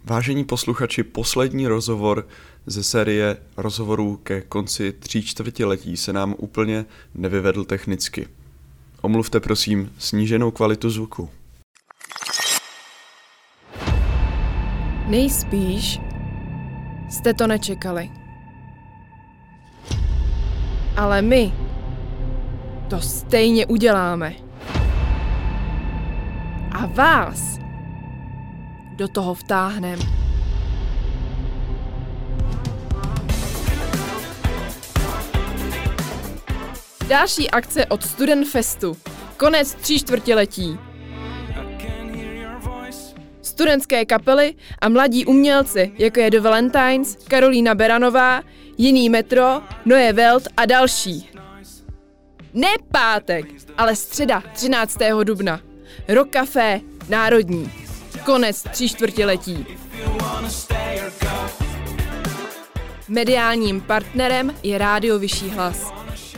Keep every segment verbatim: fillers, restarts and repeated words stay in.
Vážení posluchači, poslední rozhovor ze série rozhovorů ke konci tří čtvrtiletí se nám úplně nevyvedl technicky. Omluvte prosím sníženou kvalitu zvuku. Nejspíš jste to nečekali. Ale my to stejně uděláme. A vás do toho vtáhneme. Další akce od Student Festu. Konec tří čtvrtiletí. Studentské kapely a mladí umělci, jako je The Valentines, Karolína Beranová, Jiný metro, Noé Welt a další. Ne pátek, ale středa třináctého dubna. Rock Café Národní. Konec tří čtvrtiletí. Mediálním partnerem je Rádio Vyšší hlas.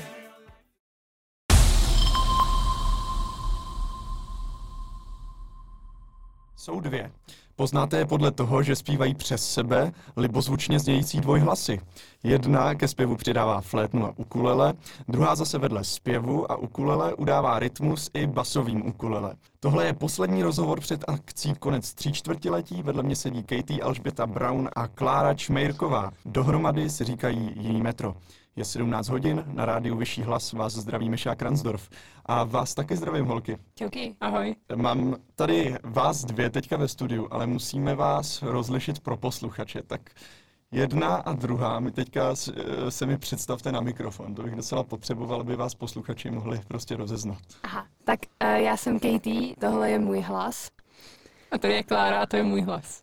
Jsou dvě. Poznáte je podle toho, že zpívají přes sebe libozvučně znějící dvojhlasy. Jedna ke zpěvu přidává flétnu a ukulele, druhá zase vedle zpěvu a ukulele udává rytmus i basovým ukulele. Tohle je poslední rozhovor před akcí Konec tří čtvrtiletí, vedle mě sedí Katie Alžběta Brown a Klára Čmejrková. Dohromady si říkají Jiný metro. Je sedmnáct hodin, na rádiu Vyšší hlas vás zdraví Miša Kransdorf. A vás taky zdravím, holky. Čauky, ahoj. Mám tady vás dvě teďka ve studiu, ale musíme vás rozlišit pro posluchače. Tak jedna a druhá, mi teďka se mi představte na mikrofon. To bych docela potřeboval, aby vás posluchači mohli prostě rozeznat. Aha, tak uh, já jsem Katie, tohle je můj hlas. A tady je Klára a to je můj hlas.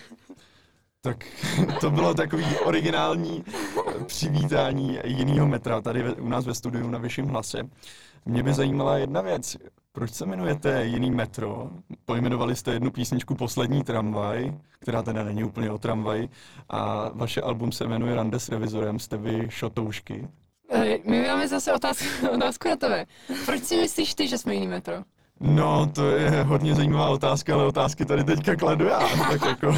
Tak to bylo takový originální přivítání Jinýho metra tady ve, u nás ve studiu na Vyšším hlase. Mě by zajímala jedna věc. Proč se jmenujete Jiný metro? Pojmenovali jste jednu písničku Poslední tramvaj, která teda není úplně o tramvaji, a vaše album se jmenuje Rande s revizorem, jste vy šotoušky. My máme zase otázku, otázku na tebe. Proč si myslíš ty, že jsme Jiný metro? No, to je hodně zajímavá otázka, ale otázky tady teďka kladu já. Tak jako,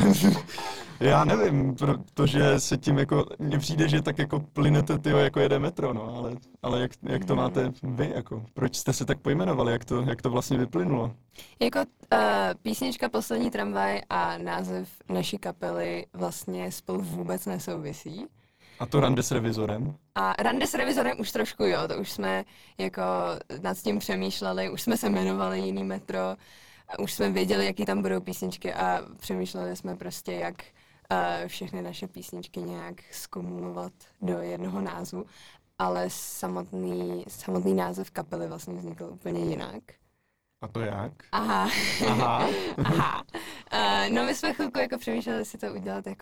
já nevím, protože se tím jako, mně přijde, že tak jako plynete, tyjo, jako jede metro, no, ale, ale jak, jak to máte vy, jako, proč jste se tak pojmenovali, jak to, jak to vlastně vyplynulo? Jako uh, písnička Poslední tramvaj a název naší kapely vlastně spolu vůbec nesouvisí. A to Rande s revizorem? A Rande s revizorem už trošku jo, to už jsme jako nad tím přemýšleli, už jsme se jmenovali Jiný metro, a už jsme věděli, jaký tam budou písničky a přemýšleli jsme prostě, jak uh, všechny naše písničky nějak zkumulovat do jednoho názvu, ale samotný, samotný název kapely vlastně vznikl úplně jinak. A to jak? Aha. Aha. Aha. Uh, no my jsme chvilku jako přemýšleli si to udělat jako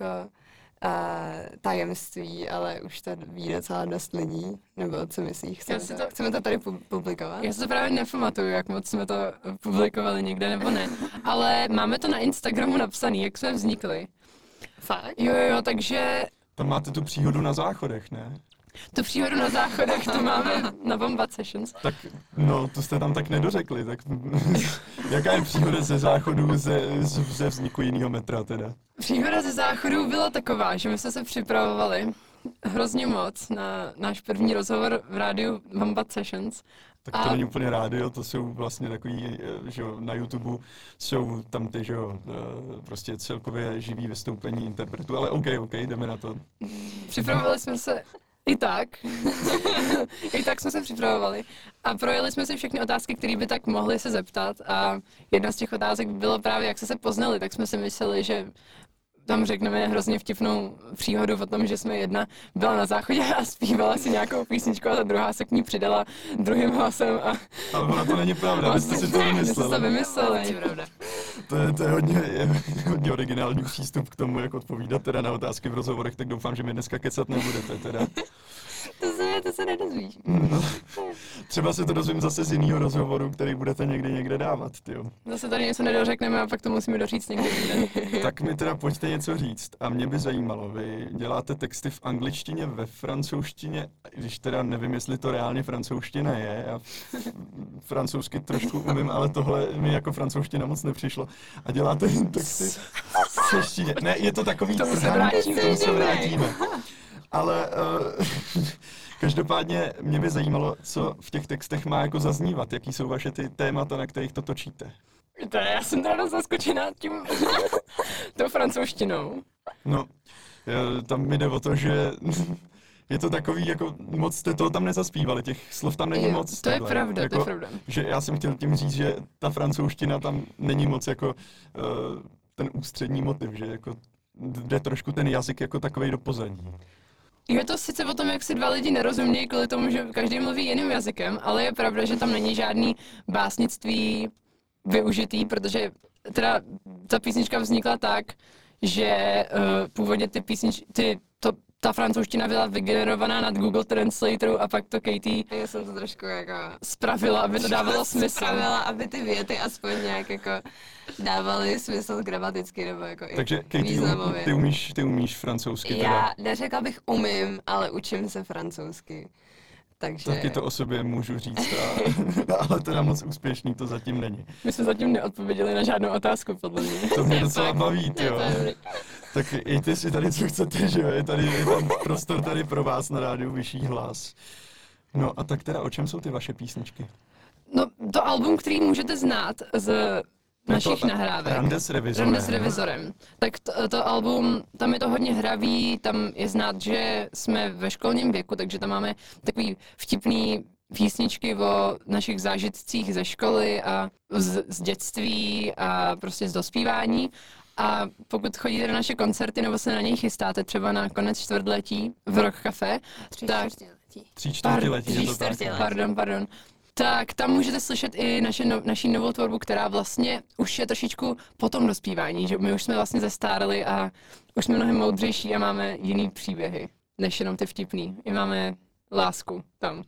Uh, tajemství, ale už to ví docela dost lidí, nebo co myslíš? Chceme, to, to, chceme to tady publikovat? Já si to právě nepamatuju, jak moc jsme to publikovali někde nebo ne, ale máme to na Instagramu napsaný, jak jsme vznikli. Fakt? Jo, jo, takže... Tam máte tu příhodu na záchodech, ne? Tu příhodu na záchodech, to máme na Wombat Sessions. Tak, no, to jste tam tak nedořekli, tak jaká je příhoda ze záchodu ze, ze vzniku Jinýho metra teda? Příhoda ze záchodu byla taková, že my jsme se připravovali hrozně moc na náš první rozhovor v rádiu Wombat Sessions. Tak to a... není úplně rádio, to jsou vlastně takový, že jo, na YouTube jsou tam ty, že jo, prostě celkově živý vystoupení interpretů, ale OK, OK, jdeme na to. Připravovali jsme se i tak. I tak jsme se připravovali a projeli jsme si všechny otázky, které by tak mohli se zeptat, a jedna z těch otázek bylo právě, jak se se poznali, tak jsme si mysleli, že tam řekneme hrozně vtipnou příhodu o tom, že jsme jedna byla na záchodě a zpívala si nějakou písničku a ta druhá se k ní přidala druhým hlasem. A... Ale ona to není pravda, vy jste si to vymysleli. Vy jste to vymysleli. To je, to je hodně, je hodně originální přístup k tomu, jak odpovídat teda na otázky v rozhovorech, tak doufám, že mi dneska kecat nebudete teda. To se, to se nedozvíš. No, třeba se to dozvím zase z jiného rozhovoru, který budete někdy někde dávat, tyjo. Zase tady něco nedořekneme a pak to musíme doříct někde jinde. Tak mi teda pojďte něco říct a mě by zajímalo, vy děláte texty v angličtině, ve francouzštině, když teda nevím, jestli to reálně francouzština je, já francouzsky trošku umím, ale tohle mi jako francouzština moc nepřišlo. A děláte texty češtině. Ne, je to takový... K tomu se trhaný- vrátíme. k tomu se vrátíme. Ale uh, každopádně mě by zajímalo, co v těch textech má jako zaznívat, jaký jsou vaše ty témata, na kterých to točíte. To je, já jsem teda dost zaskočená tím, tou francouzštinou. No, eh, tam mi jde o to, že je to takový, jako moc jste toho tam nezaspívali, těch slov tam není Jo, moc. to je takhle. pravda, jako, to je pravda. Že já jsem chtěl tím říct, že ta francouzština tam není moc jako uh, ten ústřední motiv, že jako jde trošku ten jazyk jako takovej do pozadí. Je to sice o tom, jak si dva lidi nerozumějí kvůli tomu, že každý mluví jiným jazykem, ale je pravda, že tam není žádný básnictví využitý, protože teda ta písnička vznikla tak, že uh, původně ty písnič, ty, to, ta francouzština byla vygenerovaná nad Google Translatoru a pak to Katie Já jsem to trošku jako... spravila, aby to dávalo smysl. Spravila, aby ty věty aspoň nějak jako dávaly smysl gramaticky nebo jako Takže i Katie, významově. ty umíš, ty umíš francouzsky teda. Já neřekla bych umím, ale učím se francouzsky. Takže... Taky to o sobě můžu říct, a, ale teda moc úspěšný to zatím není. My jsme zatím neodpověděli na žádnou otázku, podle mě. To mě docela baví, Je jo. to dobrý. Tak jděte si tady, co chcete, že jo? Je tady je tam prostor tady pro vás na rádiu Vyšší hlas. No a tak teda o čem jsou ty vaše písničky? No, to album, který můžete znát z našich to, nahrávek. Rande s revizorem. Rande s revizorem. Tak to, to album, tam je to hodně hravý, tam je znát, že jsme ve školním věku, takže tam máme takový vtipný písničky o našich zážitcích ze školy a z, z dětství a prostě z dospívání. A pokud chodíte na naše koncerty nebo se na něj chystáte třeba na konec čtvrtletí v Rock Café, tak... Tři čtvrtiletí, je to tak. čtvrtiletí. Pardon, pardon. Tak tam můžete slyšet i naše no, naší novou tvorbu, která vlastně už je trošičku po tom dospívání, že my už jsme vlastně zestárli a už jsme mnohem moudřejší a máme jiný příběhy, než jenom ty vtipný. I máme lásku tam.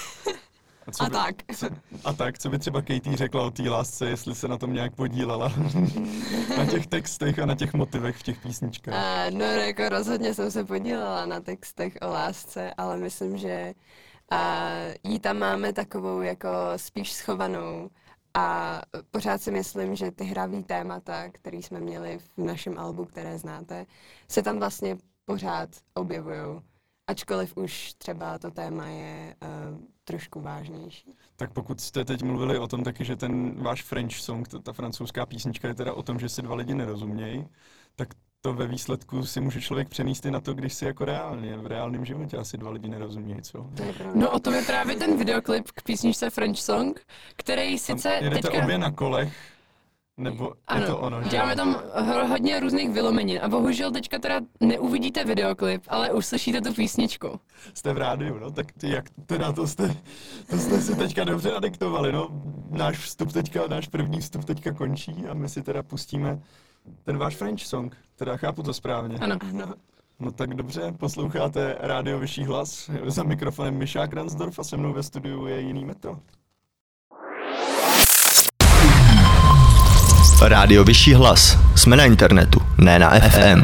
co A by, tak. Co, a tak, co by třeba Katie řekla o té lásce, jestli se na tom nějak podílela na těch textech a na těch motivech v těch písničkách? Uh, no jako rozhodně jsem se podílela na textech o lásce, ale myslím, že uh, jí tam máme takovou jako spíš schovanou a pořád si myslím, že ty hravý témata, které jsme měli v našem albu, které znáte, se tam vlastně pořád objevujou. Ačkoliv už třeba to téma je uh, trošku vážnější. Tak pokud jste teď mluvili o tom taky, že ten váš French song, ta, ta francouzská písnička je teda o tom, že si dva lidi nerozumějí, tak to ve výsledku si může člověk přenést i na to, když si jako reálně, v reálném životě asi dva lidi nerozumějí, co? To je pravda. No o tom je právě ten videoklip k písničce French Song, který sice Tam jedete teďka... obě na kolech, nebo Ano, je to ono? že? děláme tam ho- hodně různých vylomenin a bohužel teďka teda neuvidíte videoklip, ale uslyšíte tu písničku. Jste v rádiu, no, tak ty, jak teda to jste, to jste si teďka dobře nadiktovali, no. Náš vstup teďka, náš první vstup teďka končí a my si teda pustíme ten váš French song, teda chápu to správně. Ano. Ano. No tak dobře, posloucháte Rádio Vyšší hlas, za mikrofonem Mišák Ransdorf a se mnou ve studiu je Jiný metro. Rádio Vyšší hlas. Jsme na internetu, ne na F M.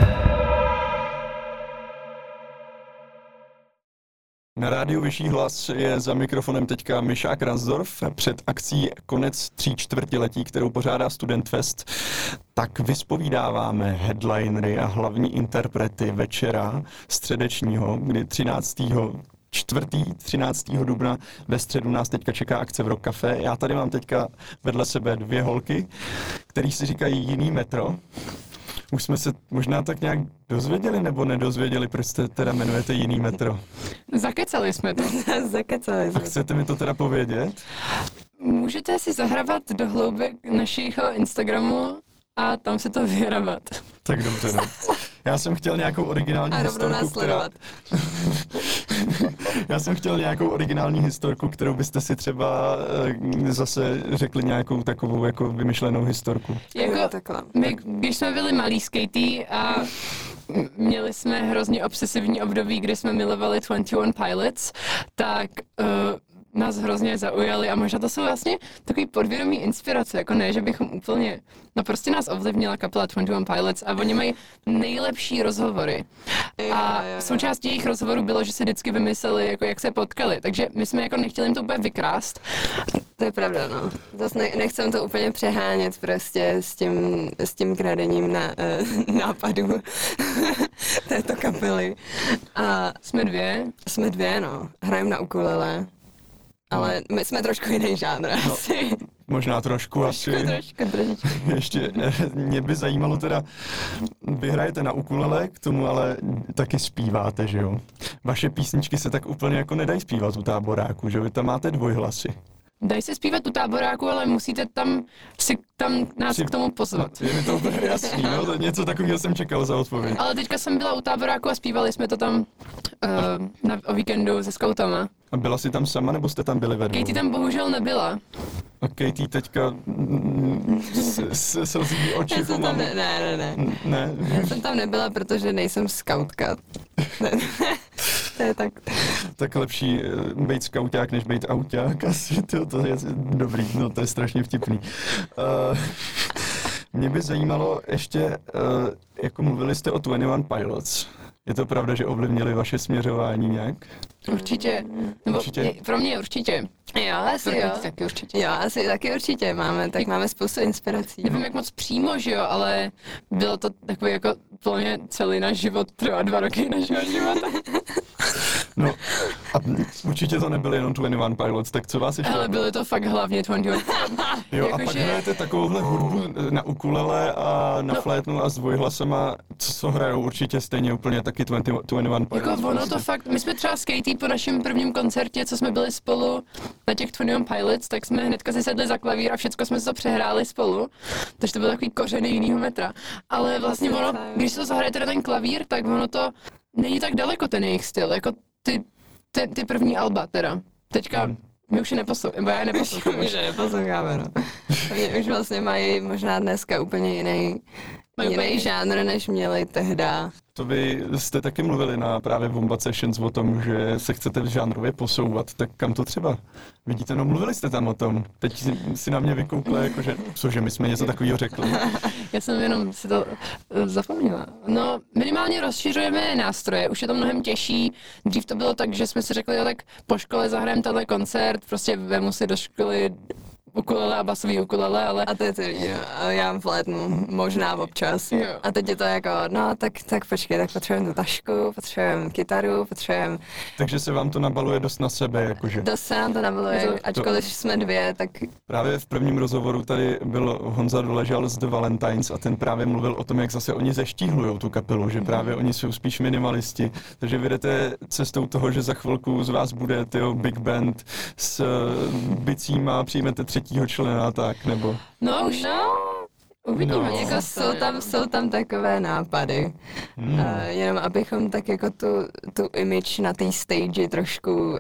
Na rádiu Vyšší hlas je za mikrofonem teďka Mišák Ransdorf před akcí Konec tří čtvrtiletí, kterou pořádá Student Fest. Tak vyspovídáváme headlinery a hlavní interprety večera středečního, kdy třináctého čtvrtý, třináctého dubna ve středu nás teďka čeká akce v Rock Café. Já tady mám teďka vedle sebe dvě holky, který si říkají Jiný metro. Už jsme se možná tak nějak dozvěděli nebo nedozvěděli, proč se teda jmenujete Jiný metro. Zakecali jsme to. Zakecali A jsme. chcete mi to teda povědět? Můžete si zahrabat do hloubek našeho Instagramu a tam se to vyhrabat. Tak dobře, no. Já jsem chtěl nějakou originální A rovnou historku, nás která... sledovat. Já jsem chtěl nějakou originální historku, kterou byste si třeba e, zase řekli nějakou takovou jako vymyšlenou historku. Jako, takhle. my, když jsme byli malí s Katie a m- měli jsme hrozně obsesivní období, kdy jsme milovali dvacet jedna Pilots, tak uh, nás hrozně zaujaly a možná to jsou vlastně takový podvědomý inspirace, jako ne, že bychom úplně, no prostě nás ovlivnila kapela dvacet jedna Pilots a oni mají nejlepší rozhovory. A součástí jejich rozhovoru bylo, že si vždycky vymysleli, jako jak se potkali, takže my jsme jako nechtěli jim to úplně vykrást. To je pravda, no. Zase ne, nechcem to úplně přehánět prostě s tím, s tím kradením na, uh, nápadů této kapely. A jsme dvě. Jsme dvě, no. Hrajeme na ukulele. Ale my jsme trošku jiný žánr no, asi. Možná trošku asi. Trošku, trošku, trošku. Ještě mě by zajímalo teda, vy hrajete na ukulele, k tomu ale taky zpíváte, že jo? Vaše písničky se tak úplně jako nedají zpívat u Táboráku, že vy tam máte dvojhlasy. Dají se zpívat u Táboráku, ale musíte tam si tam nás si, k tomu pozvat. Je mi to úplně jasný, no, to něco takového jsem čekal za odpověď. Ale teďka jsem byla u Táboráku a zpívali jsme to tam uh, na, o víkendu se skautama. A byla jsi tam sama, nebo jste tam byli ve dvou? Katie tam bohužel nebyla. A Katie teďka se slzí oči. Já jsem tam ne, ne, ne. Ne. Já jsem tam nebyla, protože nejsem skautka. To je tak. Tak lepší být skauťák, než být auťák. Asi to, to je dobrý, no to je strašně vtipný. Uh, mě by zajímalo ještě, uh, jako mluvili jste o dvacet jedna Pilots. Je to pravda, že ovlivnili vaše směřování nějak? Určitě. Nebo určitě. Pro mě určitě. Jo, asi pro jo. Taky určitě. Jo, asi taky určitě máme, tak máme spoustu inspirací. Nevím, jak moc přímo, že jo, ale bylo to takový jako plně celý náš život, trvá dva roky našeho života. No a určitě to nebyly jenom dvacet jedna Pilots, tak co vás ještě? Ale byly to fakt hlavně dvacet jedna. Jo, jako a pak že... hrajete takovouhle hudbu na ukulele a na no. flétnu a s dvojhlasama, co hrajou určitě stejně úplně taky dvacet jedna Pilots. Jako ono to fakt, my jsme třeba s Katie po našem prvním koncertě, co jsme byli spolu na těch dvacet jedna Pilots, tak jsme hnedka si sedli za klavír a všecko jsme se to přehráli spolu, takže to byl takový kořeny jinýho metra. Ale vlastně ono, když to zahrajete na ten klavír, tak ono to není tak daleko ten jejich styl, jako ty, ty, ty první alba teda. Teďka my už je neposloucháme, já je neposlouchám. Už je neposloucháme, no. Oni už vlastně mají možná dneska úplně jiný, jiný žánr, než měli tehda. To vy jste taky mluvili na právě Wombat Sessions o tom, že se chcete žánrově posouvat, tak kam to třeba vidíte? No mluvili jste tam o tom, teď si, si na mě vykoukla, jakože, cože my jsme něco takového řekli. Já jsem jenom si to uh, zapomněla. No minimálně rozšiřujeme nástroje, už je to mnohem těžší. Dřív to bylo tak, že jsme si řekli, jo, tak po škole zahrajeme tenhle koncert, prostě vemu si do školy ukulele a basový ukulele, ale... A to je celý, jo. A já mám flétnu, možná občas. Jo. A teď je to jako, no tak, tak počkej, tak potřebujeme tu tašku, potřebujeme kytaru, potřebujeme... Takže se vám to nabaluje dost na sebe, jakože... Dost se nám to nabaluje, to, ačkoliv to... jsme dvě, tak... Právě v prvním rozhovoru tady byl Honza Doležal z The Valentines a ten právě mluvil o tom, jak zase oni zeštíhlujou tu kapelu, že právě oni jsou spíš minimalisti, takže vy jdete cestou toho, že za chvilku z vás bude tyjo big band s bicíma, přijmete třetí člena, tak, nebo... No už, no, uvidíme. No. Jako jsou tam, jsou tam takové nápady. Hmm. Uh, jenom abychom tak jako tu, tu image na té stage trošku... Uh,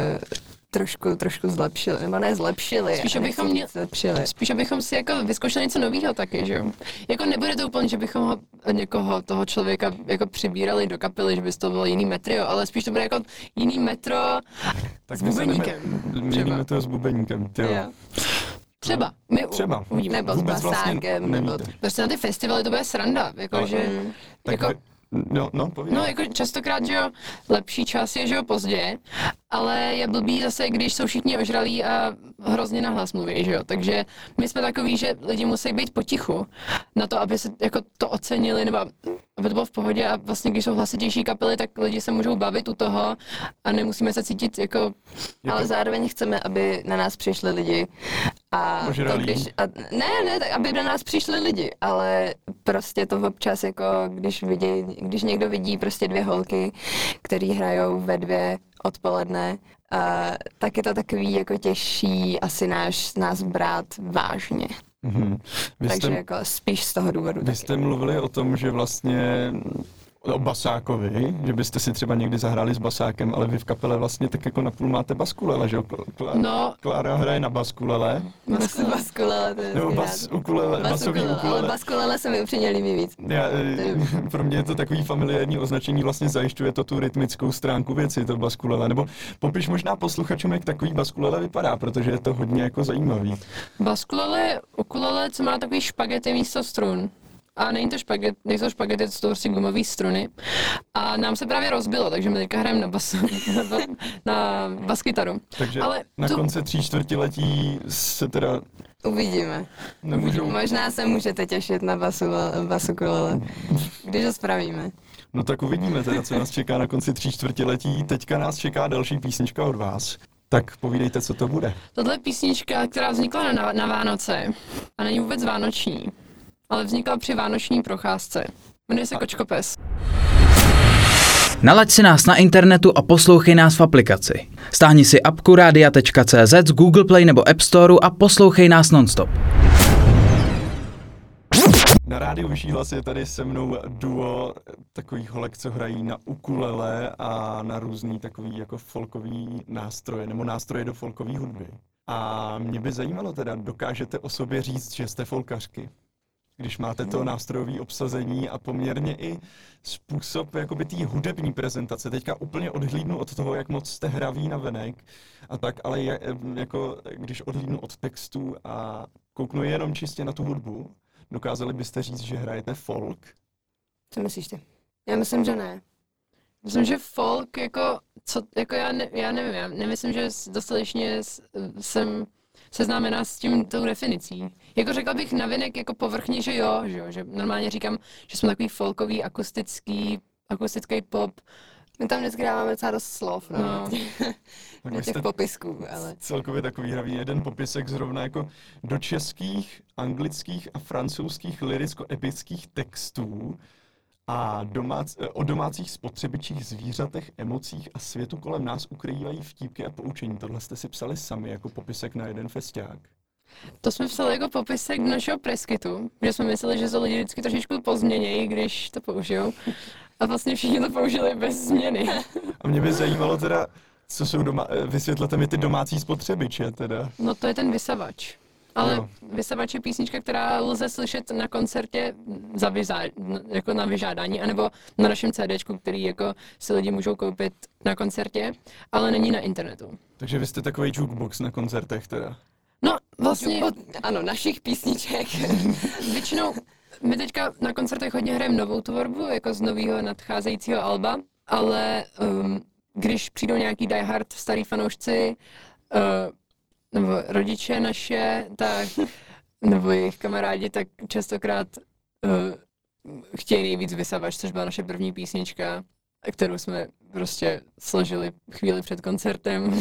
trošku, trošku zlepšili, nebo ne zlepšili. Spíš abychom, mě, zlepšili. spíš abychom si jako vyzkoušeli něco nového taky, že jo. Jako nebude to úplně, že bychom ho, někoho, toho člověka jako přibírali do kapely, že by to bylo jiný metro, ale spíš to bude jako jiný metro tak s bubeníkem. Měníme to s bubeníkem, tyjo. Třeba. My Třeba. Uvidíme. Nebo s basákem, vlastně nebo... Prostě na ty festivaly to bude sranda, jakože... Jako, No, no, povídám. No, jako častokrát, že jo, lepší čas je, že jo, pozdě, ale je blbý zase, když jsou všichni ožralí a hrozně nahlas mluví, že jo, takže my jsme takový, že lidi musí být potichu na to, aby se jako to ocenili, nebo aby to bylo v pohodě a vlastně, když jsou hlasitější kapely, tak lidi se můžou bavit u toho a nemusíme se cítit jako... jako... Ale zároveň chceme, aby na nás přišli lidi a to, když... A, ne, ne, tak aby na nás přišli lidi, ale prostě to občas jako, když vidí, když někdo vidí prostě dvě holky, které hrajou ve dvě odpoledne, a tak je to takový jako těžší asi náš, nás brát vážně. Mm-hmm. Takže jste, jako spíš z toho důvodu. Vy taky. jste mluvili o tom, že vlastně o Basákovi, že byste si třeba někdy zahráli s Basákem, ale vy v kapele vlastně tak jako napůl máte baskulele, že jo? Klá- No. Klára hraje na baskulele. Baskulele, baskulele, to je Nebo hezký bas, název. ukulele, basový Baskulele, ale ukulele. baskulele se mi upřímně líbí víc. Já, e, pro mě je to takový familiární označení, vlastně zajišťuje to tu rytmickou stránku věci, to baskulele. Nebo popiš možná posluchačům, jak takový baskulele vypadá, protože je to hodně jako zajímavý. Baskulele je ukulele, co má takový špagety místo strun. A není to špaget, nejsou špagety, to jsou prostě gumové struny. A nám se právě rozbilo, takže my teďka hrajeme na bas, na, na baskytaru. Takže Ale na tu- konci tří čtvrtiletí se teda Uvidíme. nemůžou... Možná se můžete těšit na basu, basukulele, když ho spravíme. No tak uvidíme teda, co nás čeká na konci tří čtvrtiletí. Teďka nás čeká další písnička od vás. Tak povídejte, co to bude. Tohle je písnička, která vznikla na, na Vánoce a není vůbec vánoční, ale vznikla při vánoční procházce. Jmenuje se Kočkopes. Nalaď si nás na internetu a poslouchej nás v aplikaci. Stáhni si apku radia tečka cé zet z Google Play nebo App Storeu a poslouchej nás nonstop. Na rádiu Vyšší hlas je tady se mnou duo takových holek, co hrají na ukulele a na různý takový jako folkový nástroje, nebo nástroje do folkové hudby. A mě by zajímalo teda, dokážete o sobě říct, že jste folkařky? Když máte to nástrojové obsazení a poměrně i způsob jakoby té hudební prezentace. Teďka úplně odhlídnu od toho, jak moc jste hraví na venek a tak, ale je, jako, když odhlídnu od textu a kouknu jenom čistě na tu hudbu, dokázali byste říct, že hrajete folk? Co myslíš ty? Já myslím, že ne. Myslím, že folk jako, co, jako já, ne, já nevím, já nemyslím, že s- dostatečně s- jsem seznámená s tím tou definicí. Jako řekla bych navenek jako povrchně, že jo, že jo, že normálně říkám, že jsme takový folkový, akustický, akustický pop. My tam vždycky dáváme docela dost slov, no. No. Tak Do vy těch jste popisků, ale... celkově takový hravý jeden popisek zrovna jako do českých, anglických a francouzských liricko-epických textů a domác, o domácích spotřebičích, zvířatech, emocích a světu kolem nás ukrývají vtípky a poučení. Tohle jste si psali sami jako popisek na jeden festiák. To jsme psali jako popisek do našeho preskytu, že jsme mysleli, že se lidi vždycky trošičku pozměnějí, když to použijou. A vlastně všichni to použili bez změny. A mě by zajímalo teda, co jsou doma, vysvětlete mi ty domácí spotřebiče teda. No to je ten vysavač. Ale Jo. vysavač je písnička, která lze slyšet na koncertě za vyzá, jako na vyžádání, anebo na našem CDčku, který jako si lidi můžou koupit na koncertě, ale není na internetu. Takže vy jste takový jukebox na koncertech teda. No vlastně Od, ano, našich písniček. většinou my teďka na koncertech hodně hrajeme novou tvorbu, jako z nového nadcházejícího alba, ale um, když přijdou nějaký diehard starý fanoušci, uh, nebo rodiče naše, tak, nebo jejich kamarádi, tak častokrát uh, chtějí nejvíc Vysavač, což byla naše první písnička, kterou jsme prostě složili chvíli před koncertem.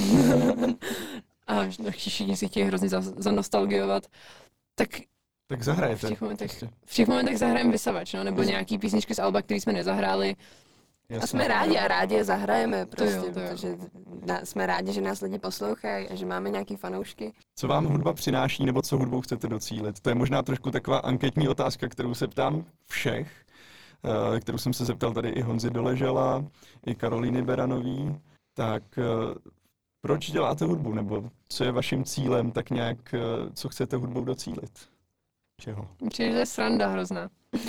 A všichni si chtějí hrozně zanostalgiovat. Tak Tak zahrajete. v těch momentech, prostě. v těch momentech zahrajeme Vysavač, no, nebo nějaký písničky z alba, který jsme nezahráli. Jasně. A jsme rádi a rádi je zahrajeme prostě, jo, to jo. protože na, jsme rádi, že nás lidi poslouchají a že máme nějaký fanoušky. Co vám hudba přináší, nebo co hudbou chcete docílit? To je možná trošku taková anketní otázka, kterou se ptám všech, eh, kterou jsem se zeptal tady i Honzy Doležela, i Karolíny Beranový. Tak eh, proč děláte hudbu, nebo co je vaším cílem, tak nějak, eh, co chcete hudbou docílit? Čeho? Přijde, že to je sranda hrozná.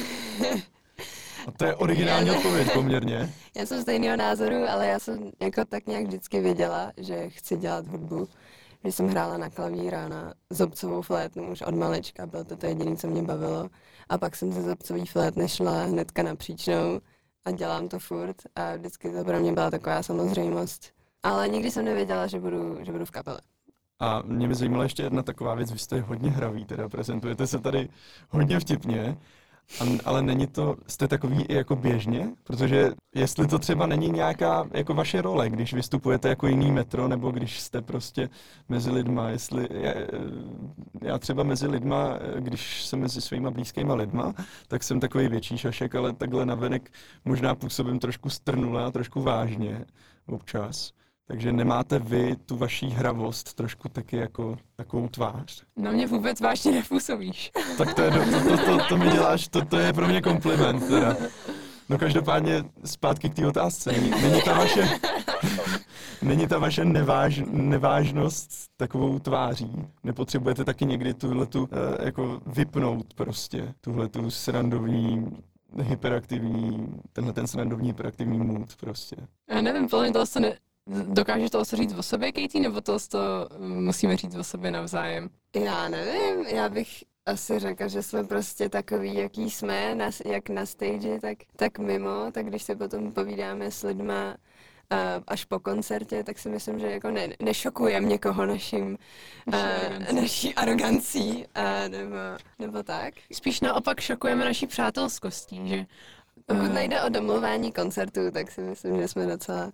A to je originální odpověď poměrně. Já jsem stejného názoru, ale já jsem jako tak nějak vždycky věděla, že chci dělat hudbu. Že jsem hrála na klavír a na zobcovou flétnu už od malička, bylo to to jediné, co mě bavilo. A pak jsem ze zobcový flétny šla hnedka na příčnou a dělám to furt a vždycky to pro mě byla taková samozřejmost. Ale nikdy jsem nevěděla, že budu, že budu v kapele. A mě by zajímala ještě jedna taková věc, vy jste hodně hraví, teda prezentujete se tady hodně vtipně, a, ale není to, jste takový i jako běžně? Protože jestli to třeba není nějaká jako vaše role, když vystupujete jako jiný metro, nebo když jste prostě mezi lidma, jestli, já, já třeba mezi lidma, když jsem mezi svýma blízkýma lidma, tak jsem takový větší šašek, ale takhle navenek možná působím trošku strnule a trošku vážně občas. Takže nemáte vy tu vaší hravost trošku taky jako takovou tvář? Na mě vůbec vážně nepůsobíš. Tak to, je, to, to, to, to mi děláš, to, to je pro mě kompliment teda. No každopádně zpátky k té otázce. Není, není ta vaše, není ta vaše neváž, nevážnost takovou tváří? Nepotřebujete taky někdy tuhletu uh, jako vypnout prostě, tuhletu srandovní, hyperaktivní, tenhle ten srandovní hyperaktivní mood prostě? Já nevím, podle mě to ne... Dokážeš to říct o sobě, Katie, nebo to, to musíme říct o sobě navzájem? Já nevím, já bych asi řekla, že jsme prostě takový, jaký jsme, na, jak na stage, tak, tak mimo, tak když se potom povídáme s lidma uh, až po koncertě, tak si myslím, že jako ne, nešokujeme někoho naším, uh, naší arogancí, uh, nebo, nebo tak. Spíš naopak šokujeme naší přátelskostí, že Pokud uh, nejde o domluvání koncertů, tak si myslím, že jsme docela...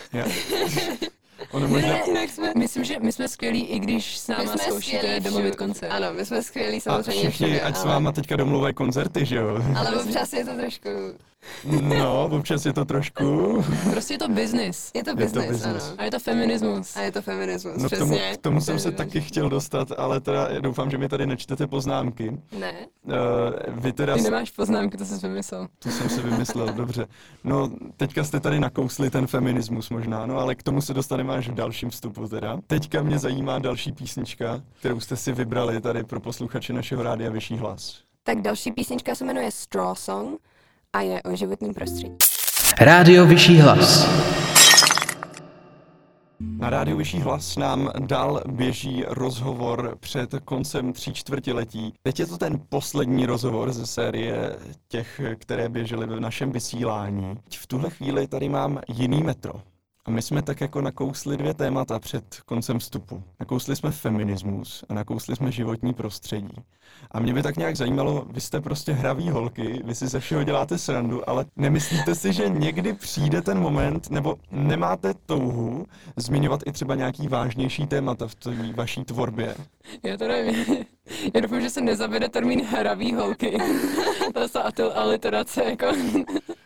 Ono možná... Ne, jsme... Myslím, že my jsme skvělí, i když s náma zkoušíte domluvit koncert. Ano, my jsme skvělí samozřejmě. A všichni, všude, ať ale... s váma teďka domluvají koncerty, že jo? Ale občas je to trošku... No, občas je to trošku... Prostě je to business. Je to Je to business, business. ano. A je to feminismus. A je to feminismus, No k tomu, přesně. k tomu jsem se taky chtěl dostat, ale teda doufám, že mi tady nečtete poznámky. Ne. Uh, vy teda... Ty nemáš poznámky, to jsi vymyslel. To jsem si vymyslel, dobře. No, teďka jste tady nakousli ten feminismus možná, no, ale k tomu se dostaneme až v dalším vstupu teda. Teďka mě zajímá další písnička, kterou jste si vybrali tady pro posluchače našeho rádia Vyšší hlas. Tak další písnička se jmenuje Straw Song a je o životním prostředí. Rádio Vyšší hlas. Na rádiu Vyšší hlas nám dál běží rozhovor před koncem tří čtvrtiletí. Teď je to ten poslední rozhovor ze série těch, které běžely v našem vysílání. V tuhle chvíli tady mám jiný metro. A my jsme tak jako nakousli dvě témata před koncem vstupu. Nakousli jsme feminismus a nakousli jsme životní prostředí. A mě by tak nějak zajímalo, vy jste prostě hraví holky, vy si ze všeho děláte srandu, ale nemyslíte si, že někdy přijde ten moment, nebo nemáte touhu zmiňovat i třeba nějaký vážnější témata v té vaší tvorbě? Já to nevím. Já doufám, že se nezavede termín hravý holky. To je aliterace, jako... uh,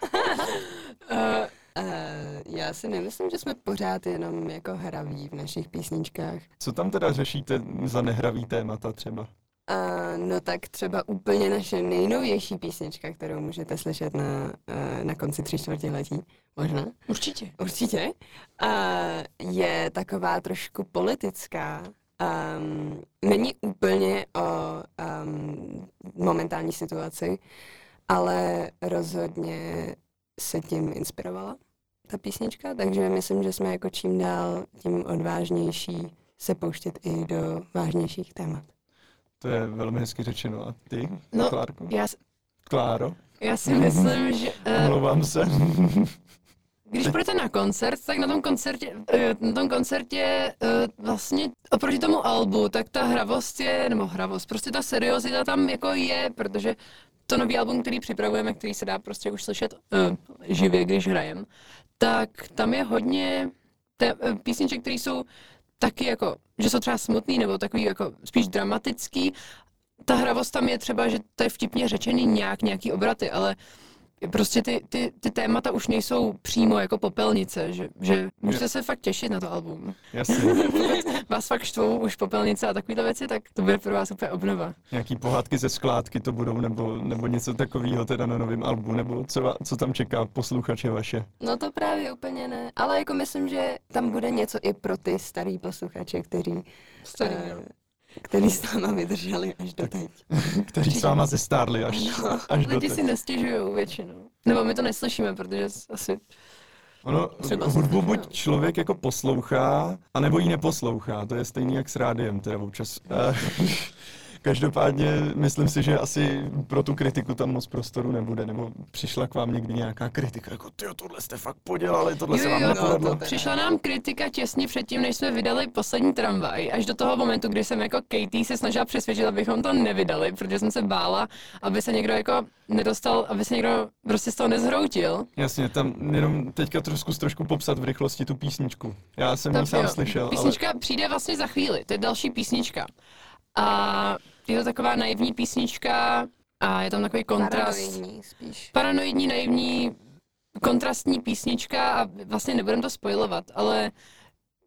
Uh, já si nemyslím, že jsme pořád jenom jako hraví v našich písničkách. Co tam teda řešíte za nehravý témata třeba? Uh, no tak třeba úplně naše nejnovější písnička, kterou můžete slyšet na, uh, na konci tři čtvrtiletí, možná? určitě. Určitě. Uh, je taková trošku politická. Um, není úplně o um, momentální situaci, ale rozhodně se tím inspirovala ta písnička, takže myslím, že jsme jako čím dál tím odvážnější se pouštět i do vážnějších témat. To je velmi hezky řečeno. A ty, No, Klárko? Já, Kláro? já si myslím, že... Uh, Omlouvám se. Když půjdete na koncert, tak na tom koncertě, na tom koncertě vlastně oproti tomu albu, tak ta hravost je, nebo hravost, prostě ta seriozita tam jako je, protože to nový album, který připravujeme, který se dá prostě už slyšet uh, živě, když hrajem, tak tam je hodně te, uh, písniček, které jsou taky jako, že jsou třeba smutný nebo takový jako spíš dramatický. Ta hravost tam je třeba, že to je vtipně řečený nějak, nějaký obraty, ale prostě ty, ty, ty témata už nejsou přímo jako popelnice, že, že můžete se fakt těšit na to album. Jasně. Vás fakt štvou už popelnice a takovýhle věci, tak to bude pro vás úplně obnova. Nějaký pohádky ze skládky to budou, nebo, nebo něco takového teda na novém albu, nebo co, co tam čeká posluchače vaše? No to právě úplně ne, ale jako myslím, že tam bude něco i pro ty starý posluchače, který, Starý, uh, který s náma vydrželi až do teď. Kteří s váma zestárli až, No. až do Lidi teď. si nestěžujou většinou. Nebo my to neslyšíme, protože asi... Ono, Třeba hudbu se- buď člověk jako poslouchá, anebo ji neposlouchá. To je stejný jak s rádiem, teda občas. Eh, Každopádně myslím si, že asi pro tu kritiku tam moc prostoru nebude, nebo přišla k vám někdy nějaká kritika, jako tyjo, tohle jste fakt podělali, tohle Jo, se vám jo, nepovedlo. no, to- Přišla nám kritika těsně předtím, než jsme vydali poslední Tramvaj, až do toho momentu, kdy jsem jako Katie se snažila přesvědčit, abychom to nevydali, protože jsem se bála, aby se někdo jako nedostal, aby se někdo prostě z toho nezhroutil. Jasně, tam jenom teďka trošku trošku popsat v rychlosti tu písničku. Já jsem ji Tak sám jo, slyšel, Písnička ale... přijde vlastně za chvíli, to je další písnička. A je to taková naivní písnička a je tam takový kontrast. Paranoidní spíš. Paranoidní, naivní, kontrastní písnička a vlastně nebudem to spoilovat, ale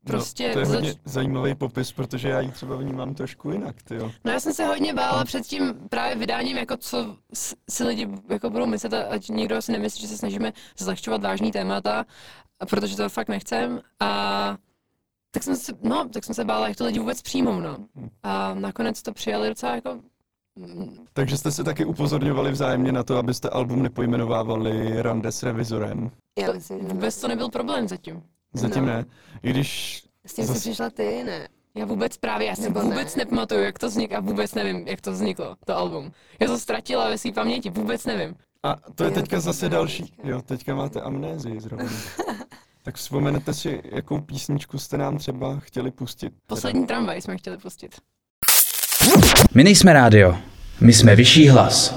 prostě... No, to je zač- hodně zajímavý popis, protože já ji třeba vnímám trošku jinak, tyjo. No já jsem se hodně bála před tím právě vydáním, jako co s- si lidi jako budou myslet, a ať nikdo si nemyslí, že se snažíme zlehčovat vážný témata, a protože to fakt nechcem. A tak jsem se, no, tak jsem se bála, jak to lidi vůbec přijmou, no. A nakonec to přijali docela jako... Takže jste se taky upozorňovali vzájemně na to, abyste album nepojmenovávali Rande s revizorem. Já myslím, že Vůbec to nebyl problém zatím. Zatím No. ne. I když... s tím zas- jsi přišla ty, ne? Já vůbec právě, já si Nebo vůbec ne? nepamatuju, jak to vzniklo a vůbec nevím, jak to vzniklo, to album. Já to ztratila ve své paměti, vůbec nevím. A to je Jo, teďka to zase znamená další. teďka. Jo, teďka máte amnézii zrovna. Tak vzpomenete si, jakou písničku jste nám třeba chtěli pustit? Poslední tramvaj jsme chtěli pustit. My nejsme rádio, my jsme vyšší hlas.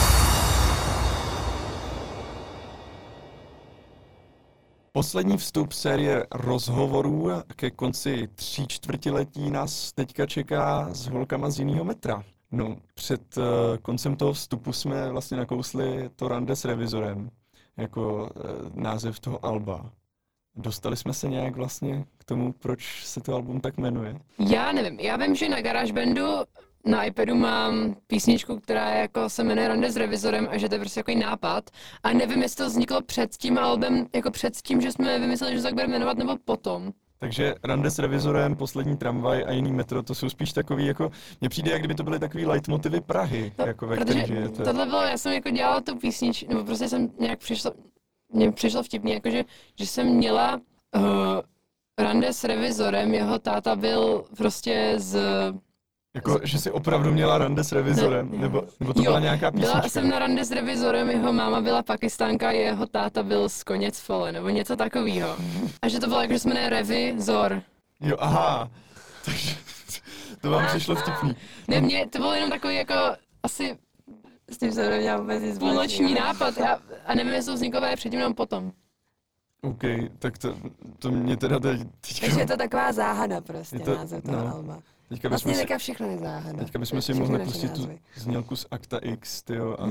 Poslední vstup série rozhovorů ke konci tří čtvrtiletí nás teďka čeká s holkama z jiného metra. No, před uh, koncem toho vstupu jsme vlastně nakousli to Rande s revizorem jako uh, název toho alba. Dostali jsme se nějak vlastně k tomu, proč se to album tak jmenuje? Já nevím, já vím, že na GarageBandu na iPadu mám písničku, která je jako se jmenuje Rande s revizorem a že to je prostě jako nápad. A nevím, jestli to vzniklo před tím albem, jako před tím, že jsme vymysleli, že se tak bude jmenovat, nebo potom. Takže Rande s revizorem, Poslední tramvaj a Jiný metro, to jsou spíš takový jako, mně přijde, jak kdyby to byly takový leitmotivy Prahy, No, jako ve protože kterých žijete. tohle bylo, já jsem jako dělala tu písničku, nebo prostě jsem nějak přišla, mně přišlo vtipný, jakože, že jsem měla uh, Rande s revizorem, jeho táta byl prostě z... Jako, že jsi opravdu měla rande s revizorem, Ne, nebo, nebo to jo, byla nějaká písnička? Byla jsem na rande s revizorem, jeho máma byla Pakistánka, jeho táta byl z Koněc Fole, nebo něco takového. A že to bylo jako, že se jmenuje Revizor. Jo, aha, takže to vám přišlo vtipný. Ne, mě to bylo jenom takový jako asi S tím jsem neměla vůbec nic půlnoční společného. nápad já, a nevím, jestli to vzniklo právě předtím nebo potom. OK, tak to, to mě teda teď, Takže teďka, je to taková záhada prostě, Je to- název toho no. alba. teďka bychom Vlastně si, teďka všechno je záhada. teďka bychom si Všechny mohli naše pustit tu názvy. znělku z Akta X, tyjo, a...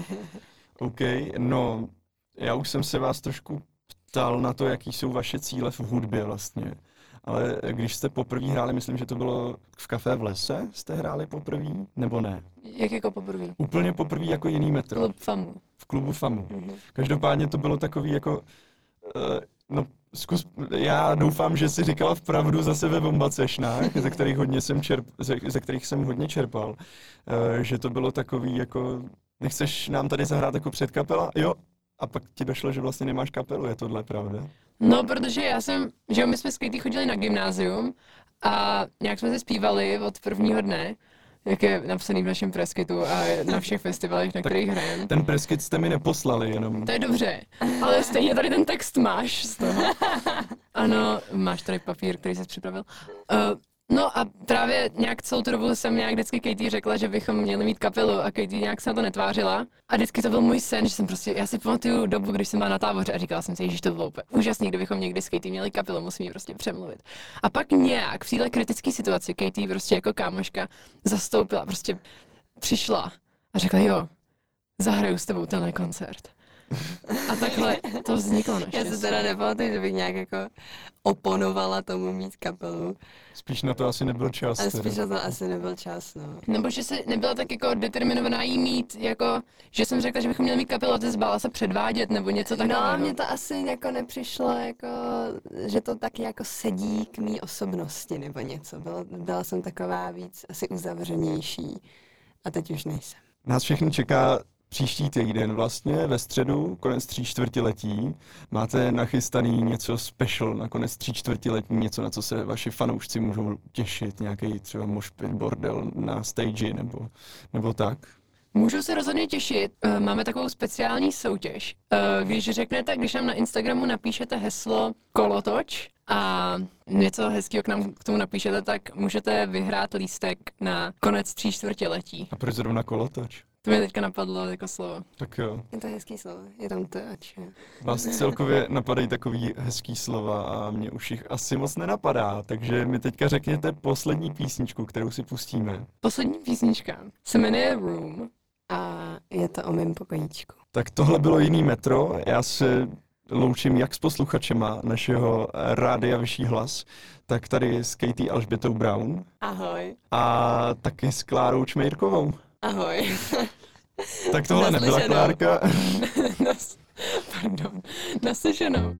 OK, no, já už jsem se vás trošku ptal na to, jaký jsou vaše cíle v hudbě vlastně. Ale když jste poprvé hráli, myslím, že to bylo v Café v lese, jste hráli poprvé, nebo ne? Jak jako poprvé. Úplně poprvé jako Jiný metro, Klub FAMu. v klubu FAMu. Mhm. Každopádně to bylo takový jako, uh, no zkus, já doufám, že jsi říkala vpravdu za sebe bombacešná, ze kterých hodně jsem čerp, ze, ze kterých jsem hodně čerpal, uh, že to bylo takový jako, nechceš nám tady zahrát jako předkapela? Jo, a pak ti došlo, že vlastně nemáš kapelu, je tohle pravda? No, protože já jsem, že jo, my jsme s Katie chodili na gymnázium a nějak jsme se zpívali od prvního dne, jak je napsaný v našem preskytu a na všech festivalech, na kterých hrajeme. Ten preskyt jste mi neposlali, jenom... To je dobře, ale stejně tady ten text máš z toho. Ano, máš tady papír, který jsi připravil. Uh, no a právě nějak celou tu dobu jsem nějak vždycky Katie řekla, že bychom měli mít kapelu a Katie nějak se na to netvářila. A vždycky to byl můj sen, že jsem prostě, já si pamatuju dobu, když jsem byla na táboře a říkala jsem si, že to bylo úplně úžasný, kdybychom někdy s Katie měli kapelu, musím ji prostě přemluvit. A pak nějak v téhle kritické situaci Katie prostě jako kámoška zastoupila, prostě přišla a řekla, jo, zahraju s tebou tenhle koncert. A takhle to vzniklo Já naštěstí. se teda nepamatuju, že bych nějak jako oponovala tomu mít kapelu. Spíš na to asi nebyl čas. Ale teda. spíš na to asi nebyl čas, no. Nebo že se nebyla tak jako determinovaná jí mít, jako, že jsem řekla, že bychom měli mít kapelu a ty zbála se předvádět, nebo něco takového. No, mně to asi jako nepřišlo, jako, že to taky jako sedí k mý osobnosti nebo něco. Byla, byla jsem taková víc asi uzavřenější a teď už nejsem. Nás všechny čeká příští týden vlastně, ve středu, konec tří čtvrtiletí. Máte nachystaný něco special na konec tří čtvrtiletí, něco, na co se vaši fanoušci můžou těšit, nějaký třeba moshpit, bordel na stage nebo, nebo tak? Můžu se rozhodně těšit. Eh, Máme takovou speciální soutěž. Eh, Když řeknete, když nám na Instagramu napíšete heslo kolotoč a něco hezkého k nám k tomu napíšete, tak můžete vyhrát lístek na konec tří čtvrtiletí. A proč zrovna kolotoč? To mě teďka napadlo jako slovo. Tak jo. Je to hezký slovo, je tam touch. jo. Vás celkově napadají takový hezký slova a mě už jich asi moc nenapadá, takže mi teďka řekněte poslední písničku, kterou si pustíme. Poslední písnička se jmenuje Room. A je to o mém pokojíčku. Tak tohle bylo Jiný metro, já se loučím jak s posluchačema našeho rádia Vyšší hlas, tak tady s Katie Alžbětou Brown. Ahoj. A taky s Klárou Čmejrkovou. Ahoj. Tak tohle nebyla Klárka. Nas, pardon, naslyšenou.